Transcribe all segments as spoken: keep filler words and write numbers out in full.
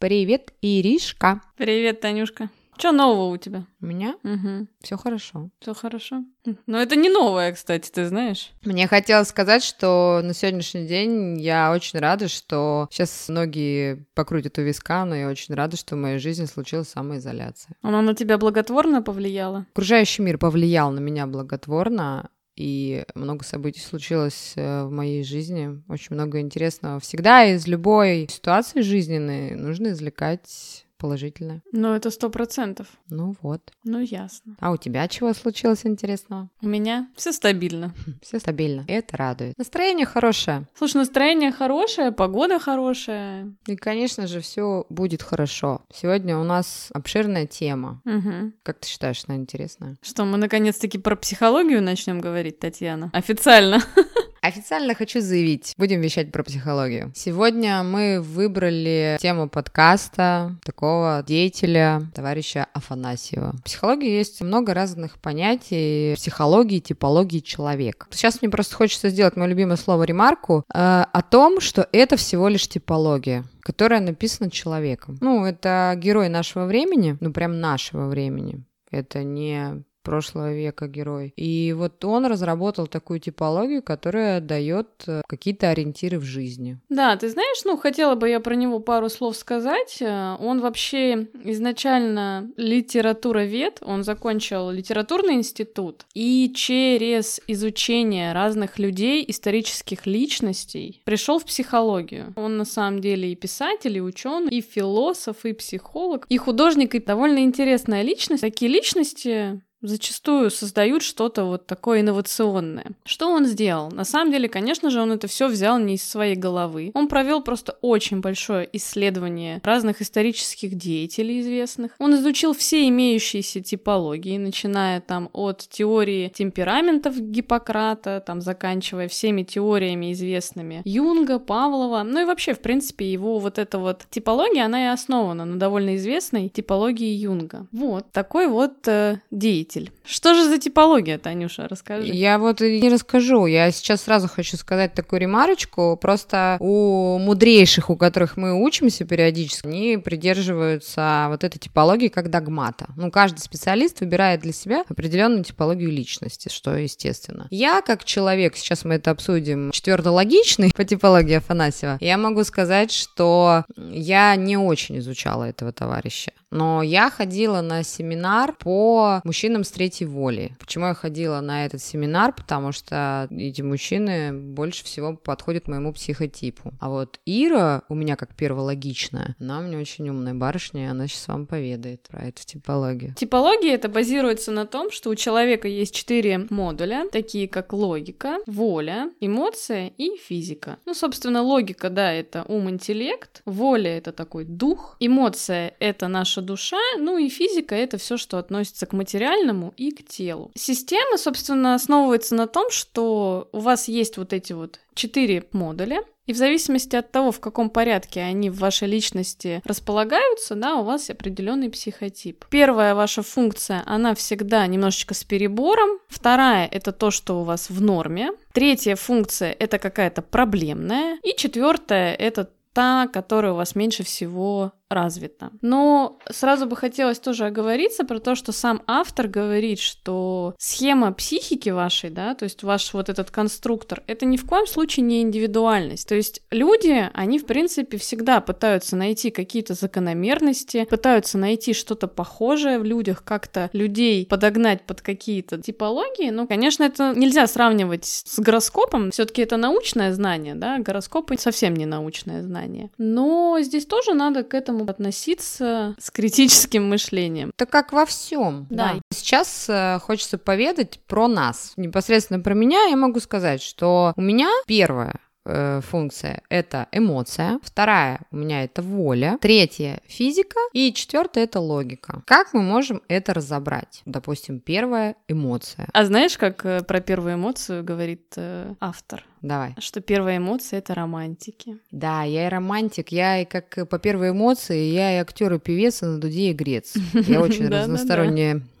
Привет, Иришка. Привет, Танюшка. Что нового у тебя? У меня? Угу. Все хорошо. Все хорошо. Но это не новое, кстати, ты знаешь. Мне хотелось сказать, что на сегодняшний день я очень рада, что сейчас многие покрутят у виска, но я очень рада, что в моей жизни случилась самоизоляция. Она на тебя благотворно повлияла? Окружающий мир повлиял на меня благотворно, и много событий случилось в моей жизни. Очень много интересного. Всегда из любой ситуации жизненной нужно извлекать положительное. Ну, это сто процентов. Ну вот. Ну, ясно. А у тебя чего случилось интересного? У меня все стабильно. Все стабильно. Это радует. Настроение хорошее. Слушай, настроение хорошее, погода хорошая. И, конечно же, все будет хорошо. Сегодня у нас обширная тема. Угу. Как ты считаешь, она интересная? Что, мы наконец-таки про психологию начнем говорить, Татьяна? Официально. Официально хочу заявить, будем вещать про психологию. Сегодня мы выбрали тему подкаста такого деятеля, товарища Афанасьева. В психологии есть много разных понятий психологии, типологии человека. Сейчас мне просто хочется сделать мое любимое слово ремарку э, о том, что это всего лишь типология, которая написана человеком. Ну, это герой нашего времени, ну, прям нашего времени. Это не прошлого века герой. И вот он разработал такую типологию, которая дает какие-то ориентиры в жизни. Да, ты знаешь, ну, хотела бы я про него пару слов сказать. Он вообще изначально литературовед, он закончил литературный институт, и через изучение разных людей, исторических личностей, пришел в психологию. Он на самом деле и писатель, и ученый, и философ, и психолог, и художник, и довольно интересная личность. Такие личности зачастую создают что-то вот такое инновационное. Что он сделал? На самом деле, конечно же, он это все взял не из своей головы. Он провел просто очень большое исследование разных исторических деятелей известных. Он изучил все имеющиеся типологии, начиная там от теории темпераментов Гиппократа, там заканчивая всеми теориями известными Юнга, Павлова. Ну и вообще, в принципе, его вот эта вот типология, она и основана на довольно известной типологии Юнга. Вот такой вот э, деятель. Что же за типология, Танюша, расскажи. Я вот и не расскажу. Я сейчас сразу хочу сказать такую ремарочку. Просто у мудрейших, у которых мы учимся периодически, они придерживаются вот этой типологии как догмата. Ну, каждый специалист выбирает для себя определенную типологию личности, что естественно. Я, как человек, сейчас мы это обсудим, четвертологичный по типологии Афанасьева, я могу сказать, что я не очень изучала этого товарища. Но я ходила на семинар по мужчинам с третьей воли. Почему я ходила на этот семинар? Потому что эти мужчины больше всего подходят моему психотипу. А вот Ира, у меня как первологичная, она у меня очень умная барышня, и она сейчас вам поведает про эту типологию. Типология это базируется на том, что у человека есть четыре модуля, такие как логика, воля, эмоция и физика. Ну, собственно, логика, да, это ум, интеллект, воля это такой дух, эмоция это наша душа, ну и физика — это все, что относится к материальному и к телу. Система, собственно, основывается на том, что у вас есть вот эти вот четыре модуля, и в зависимости от того, в каком порядке они в вашей личности располагаются, да, у вас определенный психотип. Первая ваша функция, она всегда немножечко с перебором. Вторая — это то, что у вас в норме. Третья функция — это какая-то проблемная. И четвертая — это та, которая у вас меньше всего развита. Но сразу бы хотелось тоже оговориться про то, что сам автор говорит, что схема психики вашей, да, то есть ваш вот этот конструктор, это ни в коем случае не индивидуальность. То есть люди, они, в принципе, всегда пытаются найти какие-то закономерности, пытаются найти что-то похожее в людях, как-то людей подогнать под какие-то типологии. Ну, конечно, это нельзя сравнивать с гороскопом, все-таки это научное знание, да, гороскопы совсем не научное знание. Но здесь тоже надо к этому относиться с критическим мышлением. Это как во всем. Да. Да. Сейчас э, хочется поведать про нас. Непосредственно про меня я могу сказать, что у меня первое функция — это эмоция, вторая у меня это воля, третья — физика, и четвертая — это логика. Как мы можем это разобрать? Допустим, первая — эмоция. А знаешь, как про первую эмоцию говорит э, автор? Давай. Что первая эмоция — это романтики. Да, я и романтик, я и как по первой эмоции, я и актер, и певец, и на дуде, и грец. Я очень разносторонне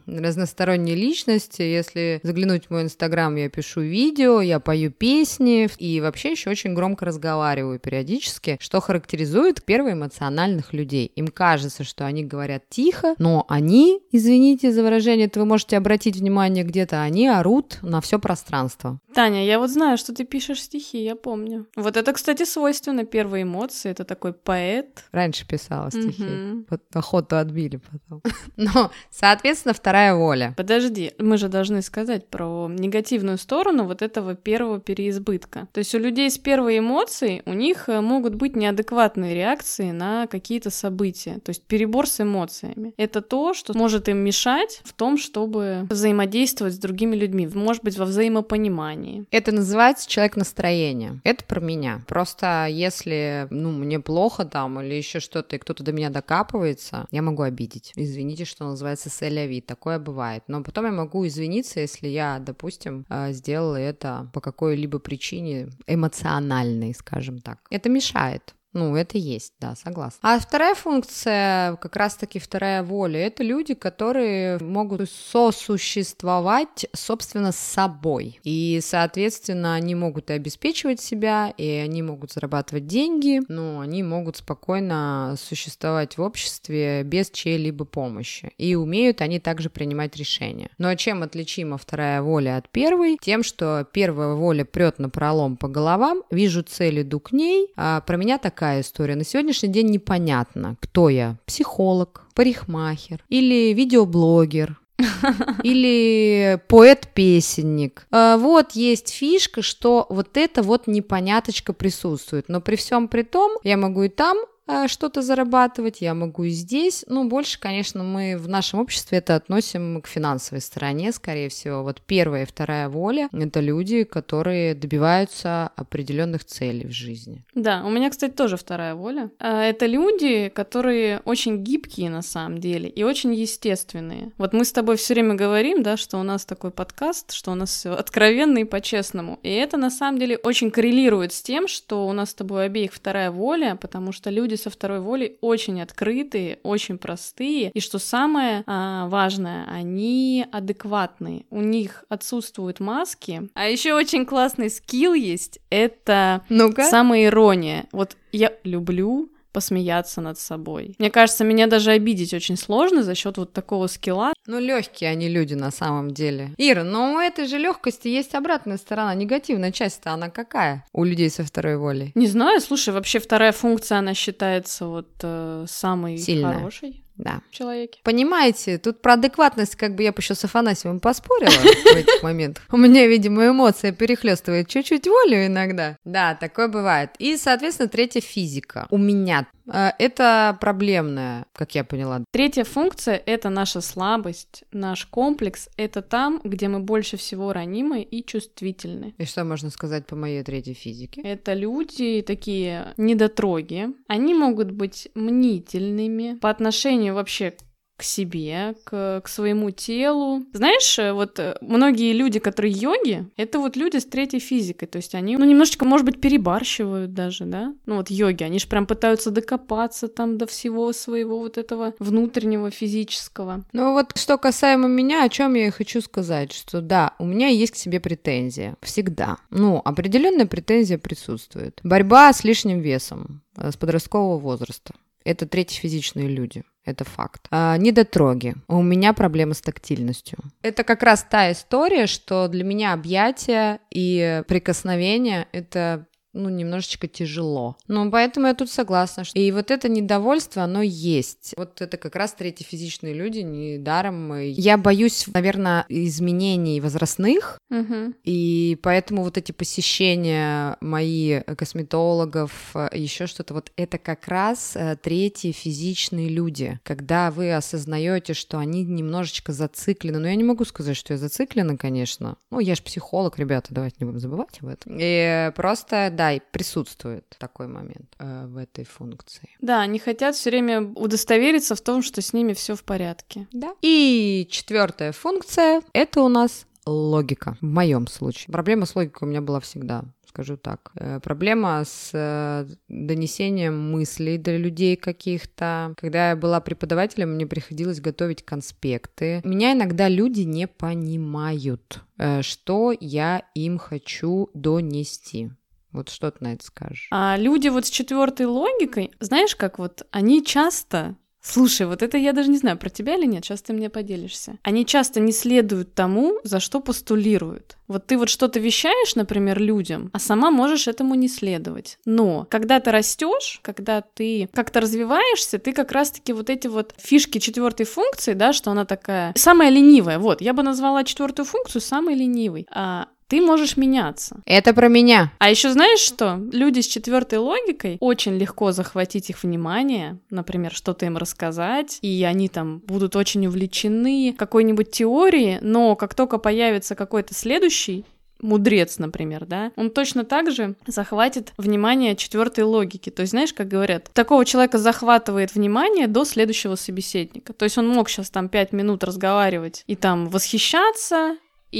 разносторонняя личность. Если заглянуть в мой инстаграм, я пишу видео, я пою песни и вообще еще очень громко разговариваю периодически, что характеризует первоэмоциональных людей. Им кажется, что они говорят тихо, но они, извините за выражение, это вы можете обратить внимание где-то, они орут на все пространство. Таня, я вот знаю, что ты пишешь стихи, я помню. Вот это, кстати, свойственно первой эмоции, это такой поэт. Раньше писала стихи, Мгм. вот охоту отбили потом. Но, соответственно, вторая воля. Подожди, мы же должны сказать про негативную сторону вот этого первого переизбытка. То есть у людей с первой эмоцией, у них э, могут быть неадекватные реакции на какие-то события, то есть перебор с эмоциями. Это то, что может им мешать в том, чтобы взаимодействовать с другими людьми, может быть, во взаимопонимании. Это называется человек настроения. Это про меня. Просто если, ну, мне плохо там или еще что-то, и кто-то до меня докапывается, я могу обидеть. Извините, что называется сэляви. Такое бывает. Но потом я могу извиниться, если я, допустим, э, сделала это по какой-либо причине эмоциональной, скажем так. Это мешает. Ну, это есть, да, согласна. А вторая функция, как раз-таки вторая воля, это люди, которые могут сосуществовать, собственно, с собой. И, соответственно, они могут и обеспечивать себя, и они могут зарабатывать деньги, но они могут спокойно существовать в обществе без чьей-либо помощи. И умеют они также принимать решения. Но чем отличима вторая воля от первой? Тем, что первая воля прет напролом по головам, вижу цель, иду к ней, а про меня такая история. На сегодняшний день непонятно, кто я. Психолог, парикмахер или видеоблогер. Или поэт-песенник. А, вот есть фишка, что вот это вот непоняточка присутствует. Но при всем при том, я могу и там а, что-то зарабатывать, я могу и здесь. Ну, больше, конечно, мы в нашем обществе это относим к финансовой стороне, скорее всего. Вот первая и вторая воля — это люди, которые добиваются определенных целей в жизни. Да, у меня, кстати, тоже вторая воля. А, Это люди, которые очень гибкие на самом деле и очень естественные. Вот мы с тобой все время говорим, да, что у нас такой подкаст, что у нас все откровенно и по-честному. И это на самом деле очень коррелирует с тем, что у нас с тобой обеих вторая воля, потому что люди со второй волей очень открытые, очень простые, и что самое а, важное, они адекватные, у них отсутствуют маски. А еще очень классный скилл есть, это Ну-ка. самоирония. Вот я люблю посмеяться над собой. Мне кажется, меня даже обидеть очень сложно за счет вот такого скилла. Ну, легкие они люди на самом деле. Ира, но у этой же легкости есть обратная сторона. Негативная часть-то она какая у людей со второй волей? Не знаю, слушай, вообще вторая функция, она считается вот э, самой Сильная. хорошей Да. в человеке. Понимаете, тут про адекватность как бы я бы еще с Афанасьевым поспорила в этих моментах. У меня, видимо, эмоция перехлестывает чуть-чуть волю иногда. Да, такое бывает. И, соответственно, третья физика. У меня э, это проблемная, как я поняла. Третья функция — это наша слабость, наш комплекс. Это там, где мы больше всего ранимы и чувствительны. И что можно сказать по моей третьей физике? Это люди такие недотроги. Они могут быть мнительными по отношению вообще к себе, к, к своему телу. Знаешь, вот многие люди, которые йоги, это вот люди с третьей физикой, то есть они, ну, немножечко, может быть, перебарщивают даже, да? Ну, вот йоги, они же прям пытаются докопаться там до всего своего вот этого внутреннего физического. Ну вот, что касаемо меня, о чем я и хочу сказать, что да, у меня есть к себе претензия. Всегда. Ну, определенная претензия присутствует. Борьба с лишним весом э, с подросткового возраста. Это третьефизичные люди. Это факт. А, недотроги. У меня проблемы с тактильностью. Это как раз та история, что для меня объятия и прикосновения — это, ну, немножечко тяжело. Ну, поэтому я тут согласна. Что... И вот это недовольство, оно есть. Вот это как раз третьефизичные люди, недаром. Я боюсь, наверное, изменений возрастных, Угу. и поэтому вот эти посещения мои косметологов, еще что-то, вот это как раз третьефизичные люди, когда вы осознаете, что они немножечко зациклены. Но я не могу сказать, что я зациклена, конечно. Ну, я же психолог, ребята, давайте не будем забывать об этом. И просто, да, и присутствует такой момент э, в этой функции. Да, они хотят все время удостовериться в том, что с ними все в порядке. Да. И четвертая функция — это у нас логика. В моем случае. Проблема с логикой у меня была всегда. скажу так. Проблема с донесением мыслей до людей каких-то. Когда я была преподавателем, мне приходилось готовить конспекты. Меня иногда люди не понимают, что я им хочу донести. Вот что ты на это скажешь? А люди вот с четвертой логикой, знаешь, как вот они часто... Слушай, вот это я даже не знаю, про тебя или нет, сейчас ты мне поделишься. Они часто не следуют тому, за что постулируют. Вот ты вот что-то вещаешь, например, людям, а сама можешь этому не следовать. Но когда ты растешь, когда ты как-то развиваешься, ты как раз-таки вот эти вот фишки четвертой функции, да, что она такая самая ленивая. Вот, я бы назвала четвертую функцию самой ленивой. А ты можешь меняться. Это про меня. А еще знаешь что? Люди с четвертой логикой очень легко захватить их внимание, например, что-то им рассказать, и они там будут очень увлечены какой-нибудь теорией, но как только появится какой-то следующий мудрец, например, да, он точно так же захватит внимание четвертой логики. То есть, знаешь, как говорят, такого человека захватывает внимание до следующего собеседника. То есть он мог сейчас там пять минут разговаривать и там восхищаться,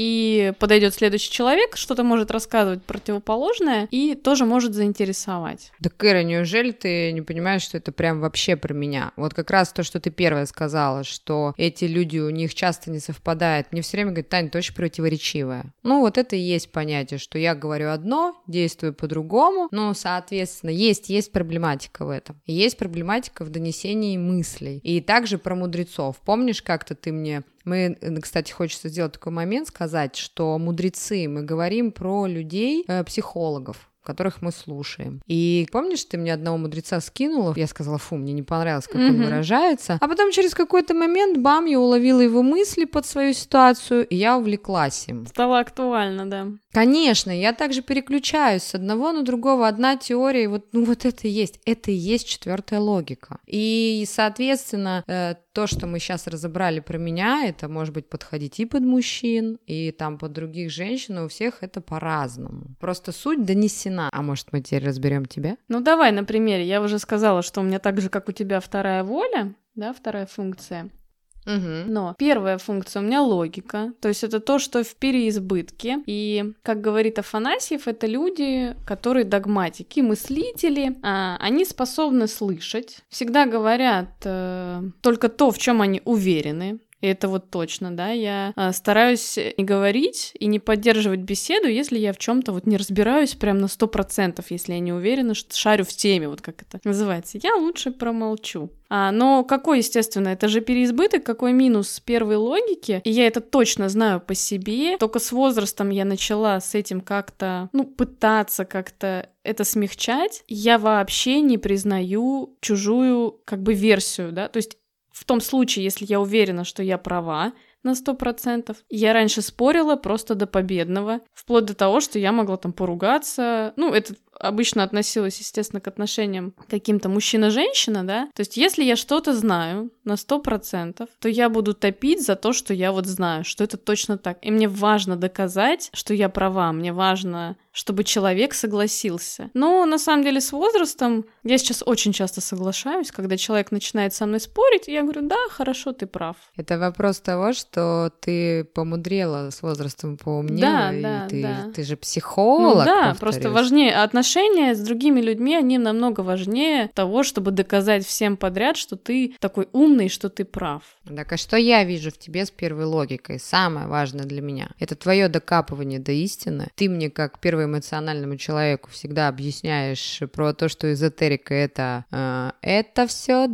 и подойдет следующий человек, что-то может рассказывать противоположное и тоже может заинтересовать. Да, Кира, неужели ты не понимаешь, что это прям вообще про меня? Вот как раз то, что ты первая сказала, что эти люди, у них часто не совпадает. Мне все время говорят: Тань, ты очень противоречивая. Ну, вот это и есть понятие, что я говорю одно, действую по-другому, но, соответственно, есть, есть проблематика в этом. И есть проблематика в донесении мыслей. И также про мудрецов. Помнишь, как-то ты мне... Мы, кстати, хочется сделать такой момент, сказать, что мудрецы, мы говорим про людей, э, психологов, которых мы слушаем. И помнишь, ты мне одного мудреца скинула? Я сказала: фу, мне не понравилось, как mm-hmm. он выражается. А потом через какой-то момент, бам, я уловила его мысли под свою ситуацию, и я увлеклась им. Стало актуально, да. Конечно, я также переключаюсь с одного на другого. Одна теория, вот, ну вот это и есть. Это и есть четвертая логика. И, соответственно, э, то, что мы сейчас разобрали про меня, это может быть подходить и под мужчин, и там под других женщин, и у всех это по-разному. Просто суть донесена. А может, мы теперь разберем тебя? Ну давай на примере. Я уже сказала, что у меня так же, как у тебя, вторая воля, да, вторая функция. Угу. Но первая функция у меня логика, то есть это то, что в переизбытке. И, как говорит Афанасьев, это люди, которые догматики, мыслители, а, они способны слышать, всегда говорят э, только то, в чем они уверены. И это вот точно, да, я а, стараюсь не говорить и не поддерживать беседу, если я в чем-то вот не разбираюсь прям на сто процентов, если я не уверена, что шарю в теме, вот как это называется. Я лучше промолчу. А, но какой, естественно, это же переизбыток, какой минус первой логики, и я это точно знаю по себе, только с возрастом я начала с этим как-то, ну, пытаться как-то это смягчать. Я вообще не признаю чужую, как бы, версию, да, то есть в том случае, если я уверена, что я права на сто процентов, я раньше спорила просто до победного, вплоть до того, что я могла там поругаться. Ну, это обычно относилось, естественно, к отношениям каким-то мужчина-женщина, да. То есть если я что-то знаю на сто процентов, то я буду топить за то, что я вот знаю, что это точно так. И мне важно доказать, что я права, мне важно, чтобы человек согласился. Но на самом деле с возрастом я сейчас очень часто соглашаюсь, когда человек начинает со мной спорить, и я говорю: да, хорошо, ты прав. Это вопрос того, что ты помудрела с возрастом, поумнела, да, и да, ты, да. ты же психолог, ну, да, повторюсь. Просто важнее отношения с другими людьми, они намного важнее того, чтобы доказать всем подряд, что ты такой умный, что ты прав. Так, а что я вижу в тебе с первой логикой? Самое важное для меня — это твое докапывание до истины. Ты мне, как первоэмоциональному человеку, всегда объясняешь про то, что эзотерика — это э, это все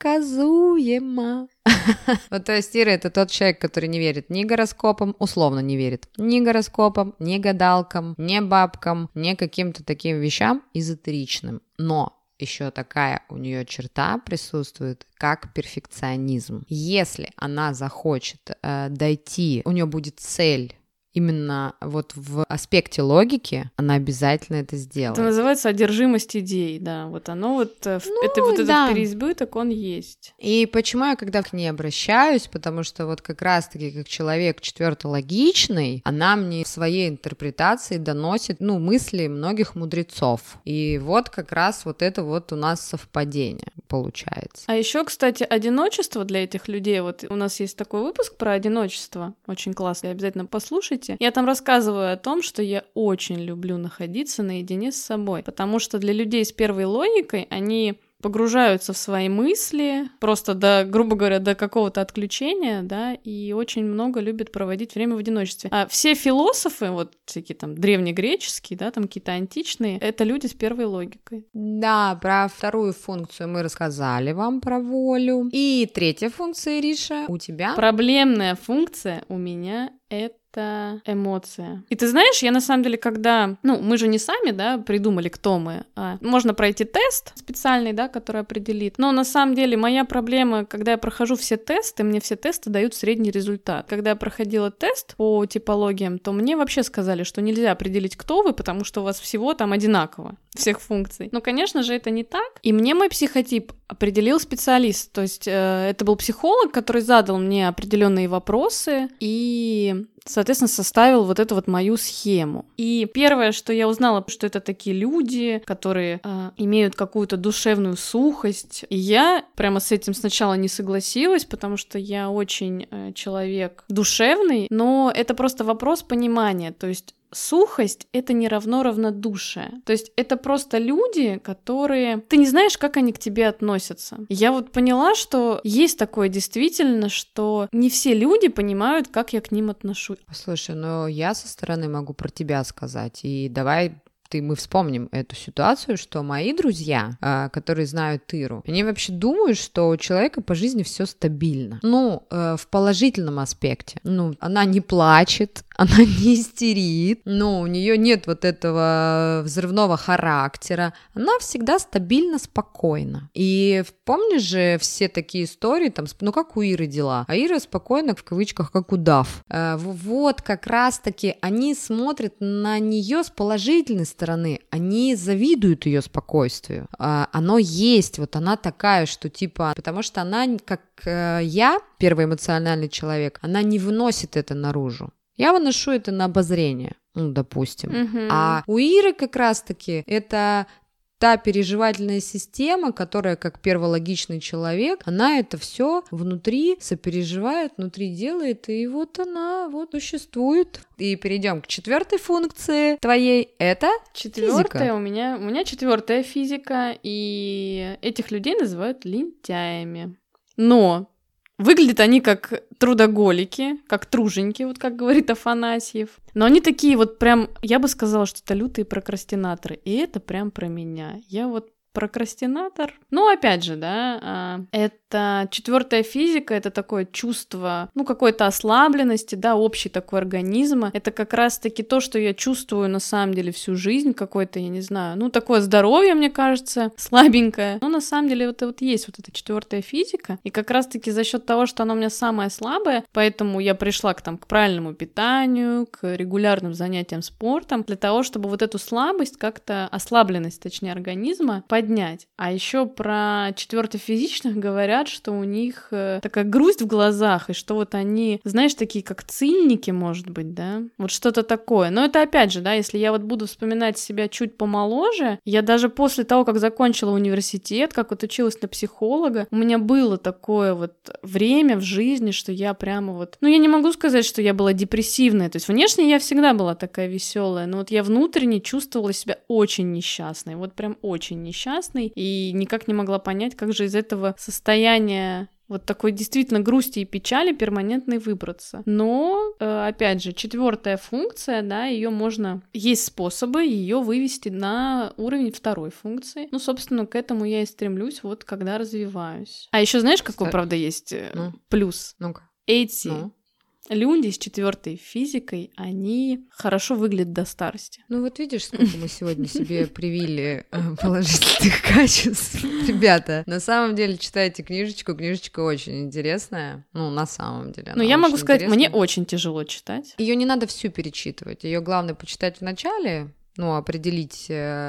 доказуемо. Вот, то есть Ира — это тот человек, который не верит ни гороскопам, условно не верит, ни гороскопам, ни гадалкам, ни бабкам, ни каким-то таким вещам эзотеричным. Но еще такая у нее черта присутствует, как перфекционизм. Если она захочет э, дойти, у нее будет цель именно вот в аспекте логики, она обязательно это сделает. Это называется одержимость идей, да. Вот оно вот, ну, это вот да. этот переизбыток, он есть. И почему я когда к ней обращаюсь, потому что вот как раз-таки как человек четвертологичный, она мне в своей интерпретации доносит, ну, мысли многих мудрецов. И вот как раз вот это вот у нас совпадение получается. А еще, кстати, одиночество для этих людей, вот у нас есть такой выпуск про одиночество, очень классный, обязательно послушайте. послушайте. Я там рассказываю о том, что я очень люблю находиться наедине с собой, потому что для людей с первой логикой они погружаются в свои мысли, просто до, грубо говоря, до какого-то отключения, да, и очень много любят проводить время в одиночестве. А все философы, вот всякие там древнегреческие, да, там какие-то античные, это люди с первой логикой. Да, про вторую функцию мы рассказали вам, про волю. И третья функция, Ириша, у тебя? Проблемная функция у меня — это это эмоция. И ты знаешь, я на самом деле, когда... Ну, мы же не сами, да, придумали, кто мы. А можно пройти тест специальный, да, который определит. Но на самом деле моя проблема, когда я прохожу все тесты, мне все тесты дают средний результат. Когда я проходила тест по типологиям, то мне вообще сказали, что нельзя определить, кто вы, потому что у вас всего там одинаково, всех функций. Но, конечно же, это не так. И мне мой психотип определил специалист. То есть э, это был психолог, который задал мне определенные вопросы и... соответственно, составил вот эту вот мою схему. И первое, что я узнала, что это такие люди, которые э, имеют какую-то душевную сухость. И я прямо с этим сначала не согласилась, потому что я очень э, человек душевный, но это просто вопрос понимания. То есть сухость — это не равно равнодушие. То есть это просто люди, которые... Ты не знаешь, как они к тебе относятся. Я вот поняла, что есть такое действительно, что не все люди понимают, как я к ним отношусь. Слушай, ну я со стороны могу про тебя сказать. И давай... и мы вспомним эту ситуацию, что мои друзья, которые знают Иру, они вообще думают, что у человека по жизни все стабильно. Ну, в положительном аспекте. Ну, она не плачет, она не истерит, ну, у нее нет вот этого взрывного характера, она всегда стабильно, спокойна. И помнишь же все такие истории, там, ну, как у Иры дела, а Ира спокойно, в кавычках, как удав. Вот, как раз-таки они смотрят на нее с положительной стороны, стороны, они завидуют ее спокойствию. А, оно есть, вот она такая, что типа, потому что она, как э, я, первый эмоциональный человек, она не выносит это наружу. Я выношу это на обозрение, ну, допустим. Mm-hmm. А у Иры как раз-таки это... та переживательная система, которая, как первологичный человек, она это все внутри сопереживает, внутри делает, и вот она вот существует. И перейдем к четвертой функции твоей. Это четвертая у меня, у меня четвертая физика, и этих людей называют лентяями. Но выглядят они как трудоголики, как труженики, вот как говорит Афанасьев. Но они такие вот прям, я бы сказала, что это лютые прокрастинаторы. И это прям про меня. Я вот прокрастинатор. Ну, опять же, да, это четвертая физика, это такое чувство, ну, какой-то ослабленности, да, общий такой организма. Это как раз-таки то, что я чувствую на самом деле всю жизнь, какое-то, я не знаю, ну, такое здоровье, мне кажется, слабенькое. Но на самом деле вот, вот есть вот эта четвертая физика. И как раз-таки за счет того, что она у меня самая слабая, поэтому я пришла к, там, к правильному питанию, к регулярным занятиям спортом, для того, чтобы вот эту слабость как-то, ослабленность, точнее, организма поднять. А еще про четвертофизичных говорят, что у них э, такая грусть в глазах, и что вот они, знаешь, такие как цинники, может быть, да? Вот что-то такое. Но это опять же, да, если я вот буду вспоминать себя чуть помоложе, я даже после того, как закончила университет, как вот училась на психолога, у меня было такое вот время в жизни, что я прямо вот... Ну, я не могу сказать, что я была депрессивная, то есть внешне я всегда была такая веселая, но вот я внутренне чувствовала себя очень несчастной, вот прям очень несчастной, и никак не могла понять, как же из этого состояния вот такой действительно грусти и печали перманентной выбраться. Но, опять же, четвертая функция, да, ее можно... Есть способы ее вывести на уровень второй функции. Ну, собственно, к этому я и стремлюсь, вот когда развиваюсь. А еще знаешь, какой, правда, есть ну, плюс? Ну-ка. Эти... Ну. Люди с четвертой физикой, они хорошо выглядят до старости. Ну вот видишь, сколько мы сегодня себе привили положительных качеств. Ребята, на самом деле читайте книжечку, книжечка очень интересная. Ну, на самом деле. Ну, я могу сказать, интересная. Мне очень тяжело читать. Ее не надо всю перечитывать. Ее главное почитать в начале, ну, определить,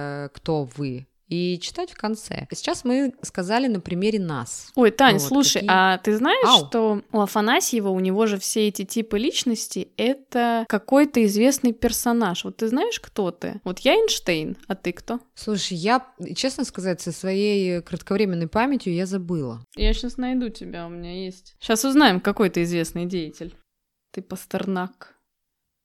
кто вы. И читать в конце. Сейчас мы сказали на примере нас. Ой, Тань, ну, слушай, какие... а ты знаешь, Ау. что у Афанасьева, у него же все эти типы личности — это какой-то известный персонаж. Вот ты знаешь, кто ты? Вот я Эйнштейн, а ты кто? Слушай, я, честно сказать, со своей кратковременной памятью я забыла. Я сейчас найду тебя, у меня есть. Сейчас узнаем, какой ты известный деятель. Ты Пастернак.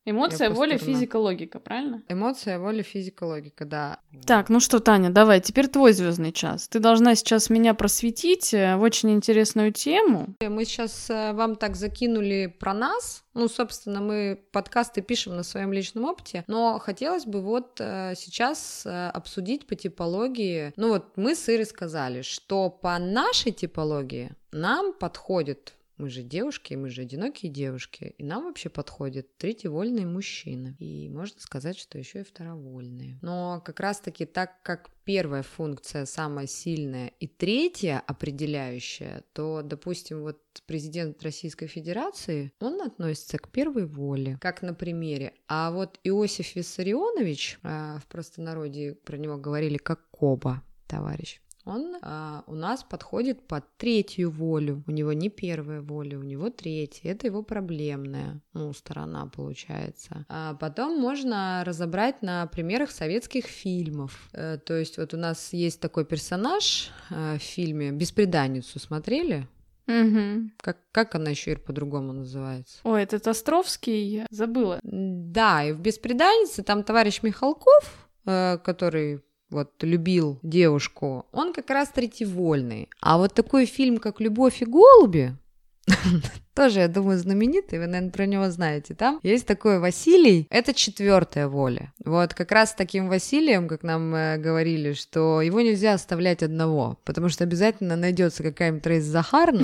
Эмоция, воля, физика, логика, правильно? Эмоция, воля, физика, логика, да. Так, ну что, Таня, давай, теперь твой звездный час. Ты должна сейчас меня просветить в очень интересную тему. Мы сейчас вам так закинули про нас. Ну, собственно, мы подкасты пишем на своем личном опыте, но хотелось бы вот сейчас обсудить по типологии. Ну вот мы с Ирой сказали, что по нашей типологии нам подходит. Мы же девушки, мы же одинокие девушки, и нам вообще подходят третьевольные мужчины. И можно сказать, что еще и второвольные. Но как раз-таки так как первая функция самая сильная и третья определяющая, то, допустим, вот президент Российской Федерации, он относится к первой воле, как на примере. А вот Иосиф Виссарионович, в простонародье про него говорили как Коба, товарищ, он а, у нас подходит под третью волю. У него не первая воля, у него третья. Это его проблемная, ну, сторона получается. А потом можно разобрать на примерах советских фильмов. Э, то есть вот у нас есть такой персонаж э, в фильме «Бесприданницу» смотрели? Угу. Как, как она еще и по-другому называется? Ой, этот Островский, забыла. Да, и в «Бесприданнице» там товарищ Михалков, э, который... вот любил девушку, он как раз третьевольный. А вот такой фильм, как «Любовь и голуби», тоже, я думаю, знаменитый, вы, наверное, про него знаете. Там есть такой Василий, это четвертая воля. Вот как раз с таким Василием, как нам э, говорили, что его нельзя оставлять одного, потому что обязательно найдется какая-нибудь Трейс Захарна,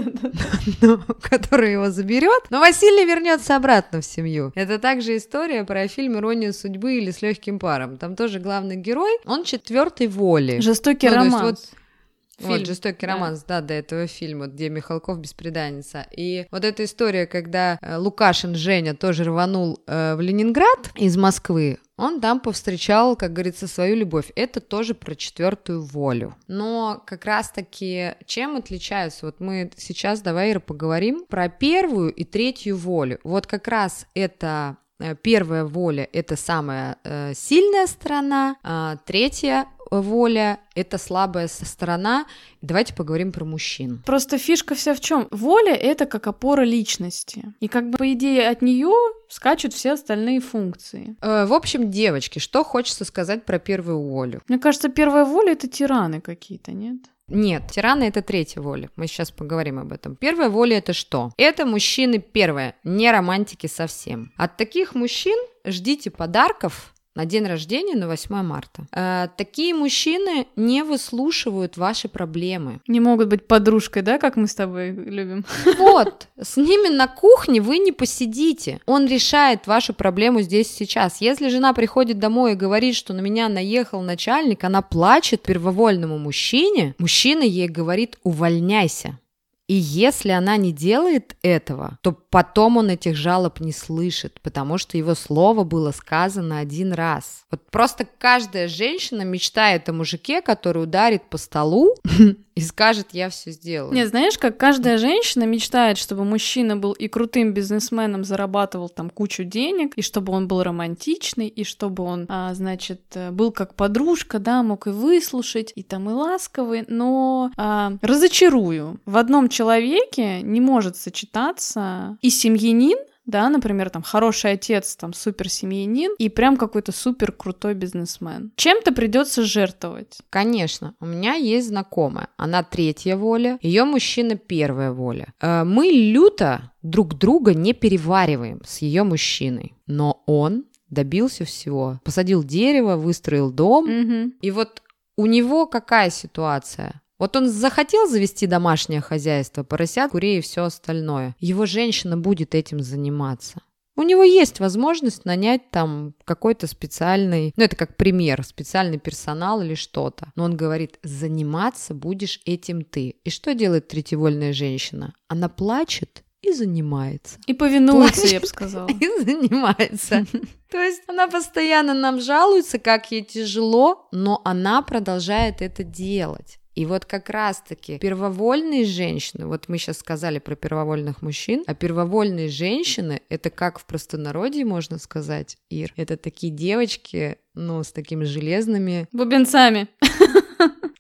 которая его заберет, но Василий вернется обратно в семью. Это также история про фильм «Ирония судьбы» или «С легким паром». Там тоже главный герой, он четвертой воли. Жестокий романс. Фильм. Вот «Жестокий да. романс», да, до этого фильма, где Михалков бесприданница. И вот эта история, когда э, Лукашин Женя тоже рванул э, в Ленинград из Москвы, он там повстречал, как говорится, свою любовь. Это тоже про четвертую волю. Но как раз-таки чем отличаются? Вот мы сейчас, давай, Ира, поговорим про первую и третью волю. Вот как раз это... Первая воля – это самая э, сильная сторона, а третья воля – это слабая сторона. Давайте поговорим про мужчин. Просто фишка вся в чем? Воля – это как опора личности. И как бы, по идее, от нее скачут все остальные функции. Э, в общем, девочки, что хочется сказать про первую волю? Мне кажется, первая воля – это тираны какие-то, нет? Нет, тираны — это третья воля. Мы сейчас поговорим об этом. Первая воля — это что? Это мужчины, первое, не романтики совсем. От таких мужчин ждите подарков на день рождения, на восьмое марта. Э, такие мужчины не выслушивают ваши проблемы. Не могут быть подружкой, да, как мы с тобой любим? Вот, с ними на кухне вы не посидите. Он решает вашу проблему здесь и сейчас. Если жена приходит домой и говорит, что на меня наехал начальник, она плачет первовольному мужчине, мужчина ей говорит: увольняйся. И если она не делает этого, то потом он этих жалоб не слышит, потому что его слово было сказано один раз. Вот просто каждая женщина мечтает о мужике, который ударит по столу и скажет: я все сделаю. Нет, знаешь, как каждая женщина мечтает, чтобы мужчина был и крутым бизнесменом, зарабатывал там кучу денег, и чтобы он был романтичный, и чтобы он, а, значит, был как подружка, да, мог и выслушать, и там и ласковый, но а, разочарую. В одном человеке не может сочетаться и семьянин, да, например, там хороший отец, там супер семьянин и прям какой-то супер крутой бизнесмен. Чем-то придется жертвовать. Конечно, у меня есть знакомая, она третья воля, ее мужчина первая воля. Мы люто друг друга не перевариваем с ее мужчиной, но он добился всего, посадил дерево, выстроил дом, Mm-hmm. и вот у него какая ситуация? Вот он захотел завести домашнее хозяйство, поросят, курей и все остальное. Его женщина будет этим заниматься. У него есть возможность нанять там какой-то специальный, ну это как пример, специальный персонал или что-то. Но он говорит: заниматься будешь этим ты. И что делает третьевольная женщина? Она плачет и занимается. И повинуется, Плачет я бы сказала. И занимается. То есть она постоянно нам жалуется, как ей тяжело, но она продолжает это делать. И вот как раз-таки первовольные женщины, вот мы сейчас сказали про первовольных мужчин, а первовольные женщины, это как в простонародье можно сказать, Ир, это такие девочки, ну, с такими железными... Бубенцами.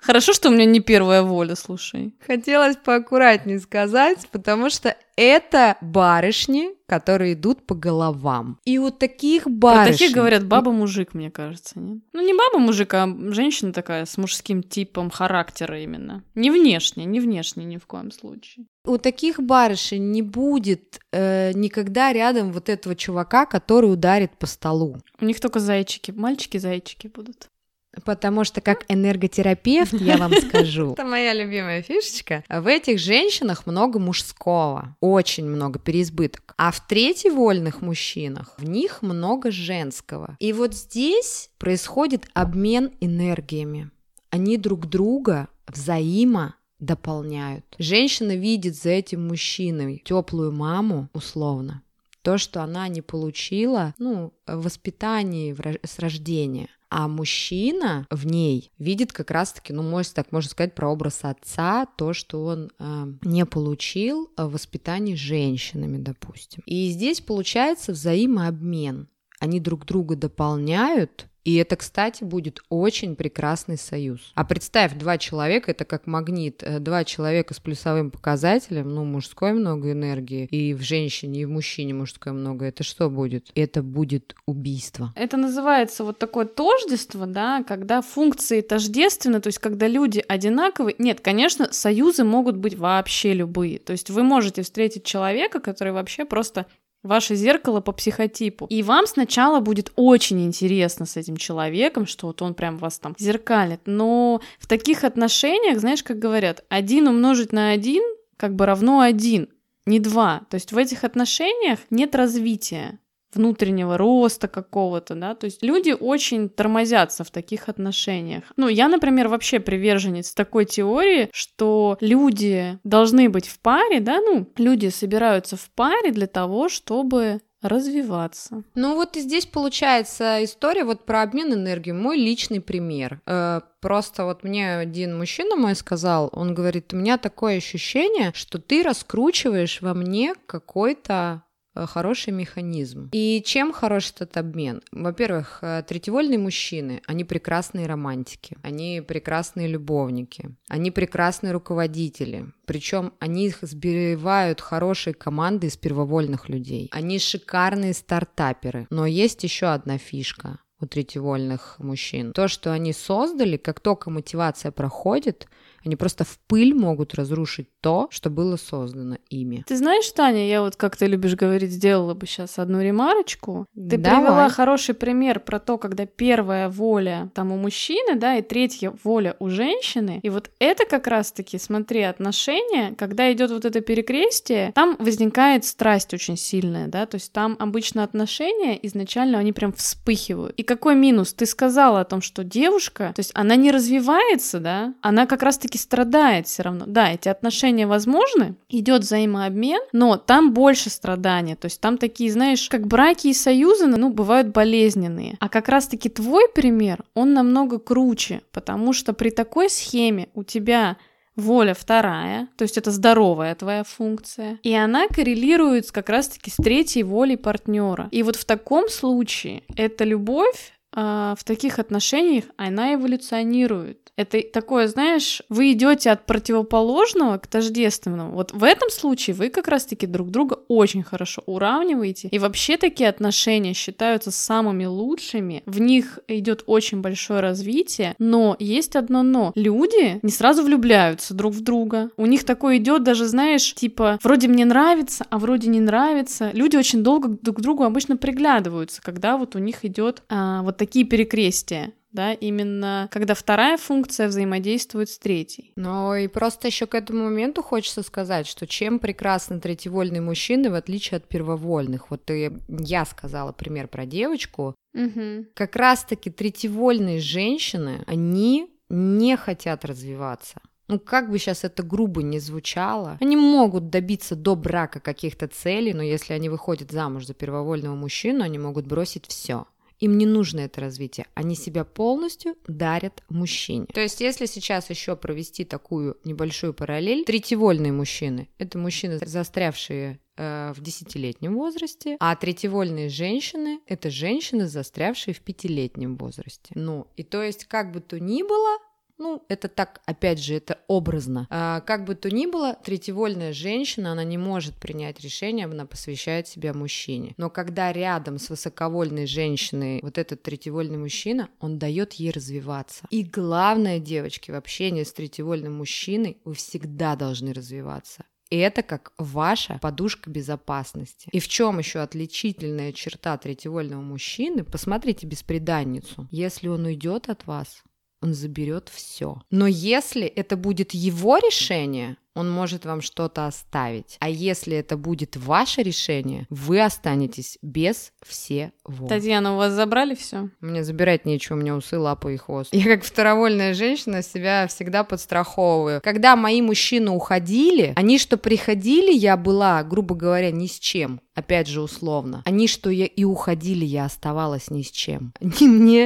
Хорошо, что у меня не первая воля, слушай. Хотелось поаккуратнее сказать, потому что это барышни, которые идут по головам. И у таких барышень... Про таких говорят баба-мужик, мне кажется, нет? Ну, не баба-мужик, а женщина такая с мужским типом характера именно. Не внешне, не внешне ни в коем случае. У таких барышень не будет э, никогда рядом вот этого чувака, который ударит по столу. У них только зайчики, мальчики-зайчики будут. Потому что как энерготерапевт, я вам скажу, это моя любимая фишечка, в этих женщинах много мужского, очень много, переизбыток. А в третьевольных мужчинах в них много женского. И вот здесь происходит обмен энергиями. Они друг друга взаимо дополняют. Женщина видит за этим мужчиной теплую маму, условно, то, что она не получила, ну, в воспитании с рождения. А мужчина в ней видит как раз-таки, ну, можно так можно сказать, про образ отца, то, что он э, не получил в воспитании женщинами, допустим. И здесь получается взаимообмен. Они друг друга дополняют, и это, кстати, будет очень прекрасный союз. А представь, два человека, это как магнит, два человека с плюсовым показателем, ну, мужской много энергии, и в женщине, и в мужчине мужское много, это что будет? Это будет убийство. Это называется вот такое тождество, да, когда функции тождественны, то есть когда люди одинаковые. Нет, конечно, союзы могут быть вообще любые, то есть вы можете встретить человека, который вообще просто... ваше зеркало по психотипу. И вам сначала будет очень интересно с этим человеком, что вот он прям вас там зеркалит. Но в таких отношениях, знаешь, как говорят, один умножить на один как бы равно один, не два. То есть в этих отношениях нет развития, внутреннего роста какого-то, да, то есть люди очень тормозятся в таких отношениях. Ну, я, например, вообще приверженец такой теории, что люди должны быть в паре, да, ну, люди собираются в паре для того, чтобы развиваться. Ну вот и здесь получается история вот про обмен энергией. Мой личный пример. Э, просто вот мне один мужчина мой сказал, он говорит, у меня такое ощущение, что ты раскручиваешь во мне какой-то хороший механизм. И чем хорош этот обмен? Во-первых, третьевольные мужчины, они прекрасные романтики, они прекрасные любовники, они прекрасные руководители, причем они их сбивают хорошие команды из первовольных людей. Они шикарные стартаперы. Но есть еще одна фишка у третьевольных мужчин. То, что они создали, как только мотивация проходит, они просто в пыль могут разрушить то, что было создано ими. Ты знаешь, Таня, я вот, как ты любишь говорить, сделала бы сейчас одну ремарочку. Ты Давай. привела хороший пример про то, когда первая воля там у мужчины, да, и третья воля у женщины. И вот это как раз-таки, смотри, отношения, когда идет вот это перекрестие, там возникает страсть очень сильная, да, то есть там обычно отношения изначально, они прям вспыхивают. И какой минус? Ты сказала о том, что девушка, то есть она не развивается, да, она как раз-таки страдает все равно. Да, эти отношения возможны, идет взаимообмен, но там больше страдания. То есть там такие, знаешь, как браки и союзы, ну, бывают болезненные. А как раз-таки твой пример, он намного круче, потому что при такой схеме у тебя воля вторая, то есть это здоровая твоя функция, и она коррелирует как раз-таки с третьей волей партнера. И вот в таком случае эта любовь в таких отношениях, она эволюционирует. Это такое, знаешь, вы идете от противоположного к тождественному. Вот в этом случае вы как раз-таки друг друга очень хорошо уравниваете. И вообще такие отношения считаются самыми лучшими. В них идет очень большое развитие. Но есть одно но. Люди не сразу влюбляются друг в друга. У них такое идет даже, знаешь, типа, вроде мне нравится, а вроде не нравится. Люди очень долго друг к другу обычно приглядываются, когда вот у них идет а, вот такие перекрестия. Да, именно когда вторая функция взаимодействует с третьей. Ну и просто еще к этому моменту хочется сказать, что чем прекрасны третьевольные мужчины, в отличие от первовольных. Вот и я сказала пример про девочку. Угу. Как раз-таки третьевольные женщины, они не хотят развиваться. Ну, как бы сейчас это грубо не звучало, они могут добиться до брака каких-то целей, но если они выходят замуж за первовольного мужчину, они могут бросить все. Им не нужно это развитие, они себя полностью дарят мужчине. То есть, если сейчас еще провести такую небольшую параллель, третьевольные мужчины – это мужчины, застрявшие э, в десятилетнем возрасте, а третьевольные женщины – это женщины, застрявшие в пятилетнем возрасте. Ну, и то есть, как бы то ни было, Ну, это так, опять же, это образно. А, как бы то ни было, третьевольная женщина, она не может принять решение, она посвящает себя мужчине. Но когда рядом с высоковольной женщиной вот этот третьевольный мужчина, он дает ей развиваться. И главное, девочки, в общении с третьевольным мужчиной вы всегда должны развиваться. И это как ваша подушка безопасности. И в чем еще отличительная черта третьевольного мужчины? Посмотрите бесприданницу. Если он уйдет от вас, он заберет все. Но если это будет его решение, он может вам что-то оставить. А если это будет ваше решение, вы останетесь без всего. Татьяна, у вас забрали все? Мне забирать нечего, у меня усы, лапы и хвост. Я как второвольная женщина себя всегда подстраховываю. Когда мои мужчины уходили, они что приходили, я была, грубо говоря, ни с чем. Опять же, условно. Они что я и уходили, я оставалась ни с чем. Они мне,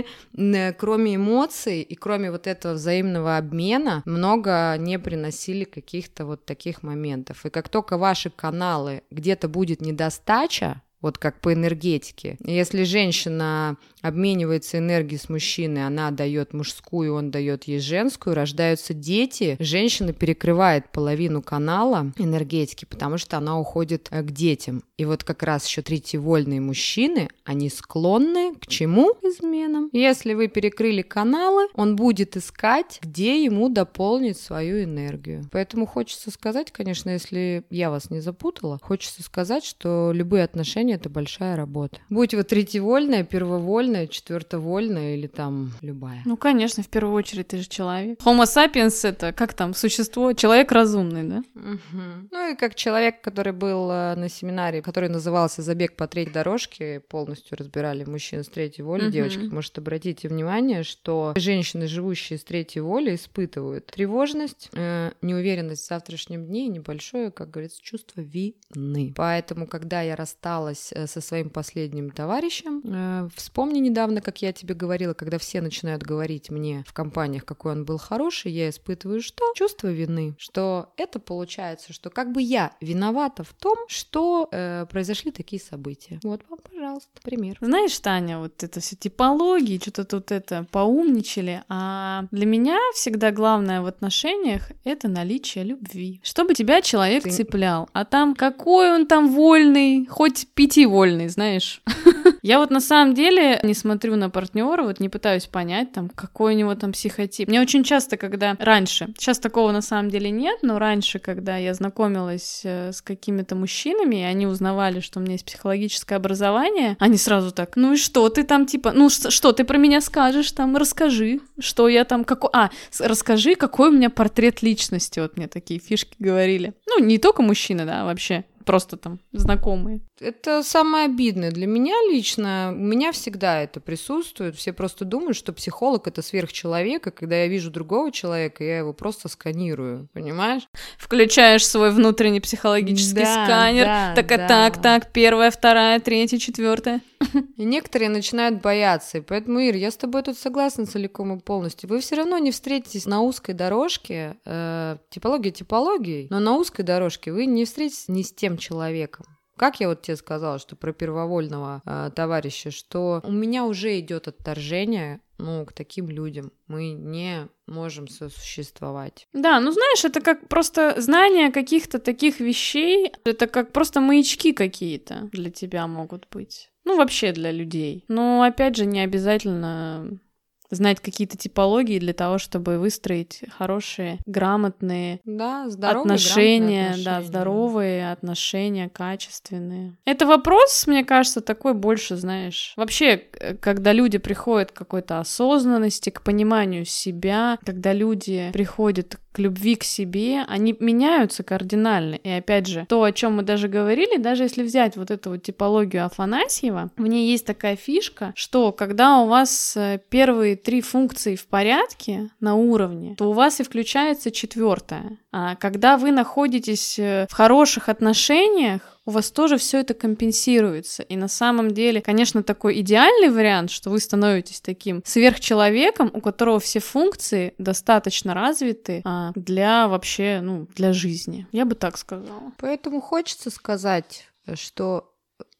кроме эмоций и кроме вот этого взаимного обмена, много не приносили каких-то вот таких моментов. И как только ваши каналы где-то будет недостача, вот как по энергетике. Если женщина обменивается энергией с мужчиной, она дает мужскую, он дает ей женскую, рождаются дети, женщина перекрывает половину канала энергетики, потому что она уходит к детям. И вот как раз еще третьевольные мужчины, они склонны к чему? К изменам. Если вы перекрыли каналы, он будет искать, где ему дополнить свою энергию. Поэтому хочется сказать, конечно, если я вас не запутала, хочется сказать, что любые отношения — это большая работа. Будь вы третьевольная, первовольная, четвертовольная или там любая. Ну, конечно, в первую очередь ты же человек. Homo sapiens — это как там, существо, человек разумный, да? Угу. Ну и как человек, который был на семинаре, который назывался «Забег по третьей дорожке», полностью разбирали мужчин с третьей волей. Угу. Девочки, может, обратите внимание, что женщины, живущие с третьей волей, испытывают тревожность, э, неуверенность в завтрашнем дне и небольшое, как говорится, чувство вины. Поэтому, когда я рассталась со своим последним товарищем, э, вспомни недавно, как я тебе говорила, когда все начинают говорить мне в компаниях, какой он был хороший, я испытываю что? Чувство вины. Что это получается, что как бы я виновата в том, что э, произошли такие события. Вот вам, пожалуйста, пример. Знаешь, Таня, вот это все типологии, что-то тут это поумничали, а для меня всегда главное в отношениях — это наличие любви. Чтобы тебя человек Ты... цеплял, а там какой он там вольный, хоть пятивольный, знаешь. Я вот на самом деле не смотрю на партнера, вот не пытаюсь понять, там, какой у него там психотип. Мне очень часто, когда раньше, сейчас такого на самом деле нет, но раньше, когда я знакомилась с какими-то мужчинами, и они узнавали, что у меня есть психологическое образование, они сразу так: ну и что ты там, типа, ну что ты про меня скажешь, там, расскажи, что я там, какой, а, расскажи, какой у меня портрет личности, вот мне такие фишки говорили. Ну, не только мужчины, да, вообще. Просто там знакомые. Это самое обидное для меня лично. У меня всегда это присутствует. Все просто думают, что психолог — это сверхчеловек, и когда я вижу другого человека, я его просто сканирую, понимаешь? Включаешь свой внутренний психологический да, сканер. Да, так, да. так, так, первая, вторая, третья, четвертая. И некоторые начинают бояться. И поэтому, Ир, я с тобой тут согласна целиком и полностью. Вы все равно не встретитесь на узкой дорожке, э, типология типологией, но на узкой дорожке вы не встретитесь ни с тем человеком. Как я вот тебе сказала, что про первовольного э, товарища, что у меня уже идет отторжение, ну, к таким людям. Мы не можем сосуществовать. Да, ну знаешь, это как просто знание каких-то таких вещей, это как просто маячки какие-то для тебя могут быть. Ну, вообще для людей. Но, опять же, не обязательно знать какие-то типологии для того, чтобы выстроить хорошие, грамотные да, здоровые, отношения, отношения. Да, здоровые отношения, качественные. Это вопрос, мне кажется, такой больше, знаешь, вообще, когда люди приходят к какой-то осознанности, к пониманию себя, когда люди приходят к любви к себе, они меняются кардинально. И опять же, то, о чем мы даже говорили, даже если взять вот эту вот типологию Афанасьева, в ней есть такая фишка, что когда у вас первые три функции в порядке на уровне, то у вас и включается четвертая. А когда вы находитесь в хороших отношениях, у вас тоже все это компенсируется. И на самом деле, конечно, такой идеальный вариант, что вы становитесь таким сверхчеловеком, у которого все функции достаточно развиты а, для вообще, ну, для жизни. Я бы так сказала. Поэтому хочется сказать, что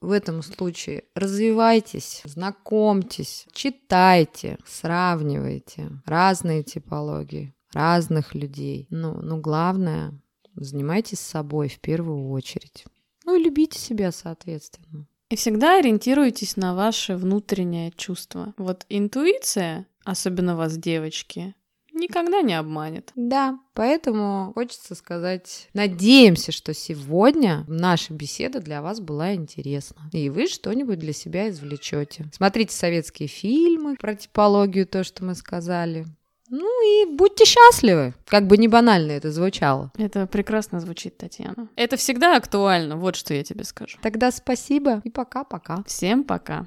в этом случае развивайтесь, знакомьтесь, читайте, сравнивайте разные типологии, разных людей. Ну, ну главное, занимайтесь собой в первую очередь. Ну и любите себя, соответственно. И всегда ориентируйтесь на ваше внутреннее чувство. Вот интуиция, особенно вас, девочки, никогда не обманет. Да, поэтому хочется сказать, надеемся, что сегодня наша беседа для вас была интересна, и вы что-нибудь для себя извлечете. Смотрите советские фильмы про типологию, то, что мы сказали. Ну и будьте счастливы, как бы не банально это звучало. Это прекрасно звучит, Татьяна. Это всегда актуально, вот что я тебе скажу. Тогда спасибо и пока-пока. Всем пока.